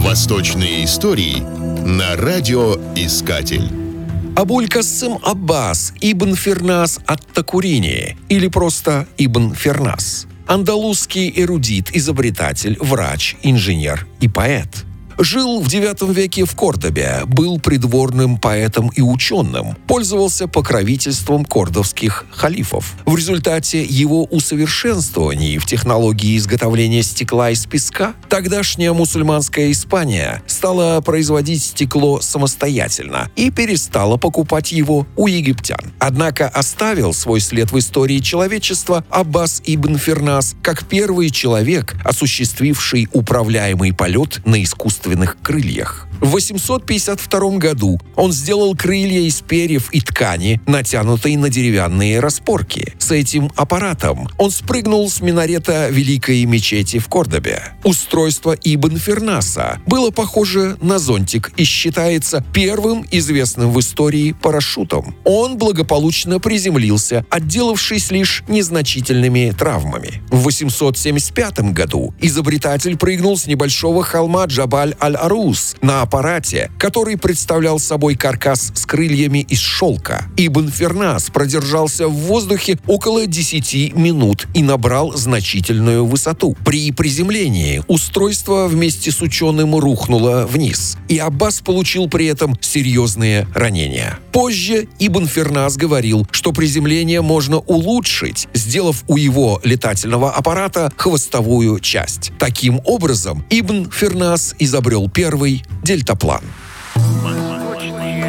Восточные истории на радиоискатель. Абуль-Кассым Аббас ибн Фирнас ат-Такурини, или просто Ибн Фирнас. Андалузский эрудит, изобретатель, врач, инженер и поэт. Жил в IX веке в Кордобе, был придворным поэтом и ученым, пользовался покровительством кордовских халифов. В результате его усовершенствований в технологии изготовления стекла из песка тогдашняя мусульманская Испания стала производить стекло самостоятельно и перестала покупать его у египтян. Однако оставил свой след в истории человечества Аббас ибн Фирнас как первый человек, осуществивший управляемый полет на искусственных крыльях. В 852 году он сделал крылья из перьев и ткани, натянутой на деревянные распорки. С этим аппаратом он спрыгнул с минарета Великой мечети в Кордобе. Устройство Ибн Фирнаса было похоже на зонтик и считается первым известным в истории парашютом. Он благополучно приземлился, отделавшись лишь незначительными травмами. В 875 году изобретатель прыгнул с небольшого холма Джабаль-аль-Арус на аппарате, который представлял собой каркас с крыльями из шелка. Ибн Фирнас продержался в воздухе около 10 минут и набрал значительную высоту. При приземлении устройство вместе с ученым рухнуло вниз, и Аббас получил при этом серьезные ранения. Позже Ибн Фирнас говорил, что приземление можно улучшить, сделав у его летательного аппарата хвостовую часть. Таким образом, Ибн Фирнас изобрел первый дельтаплан.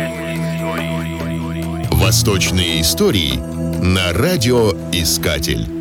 Восточные истории на радиоискатель.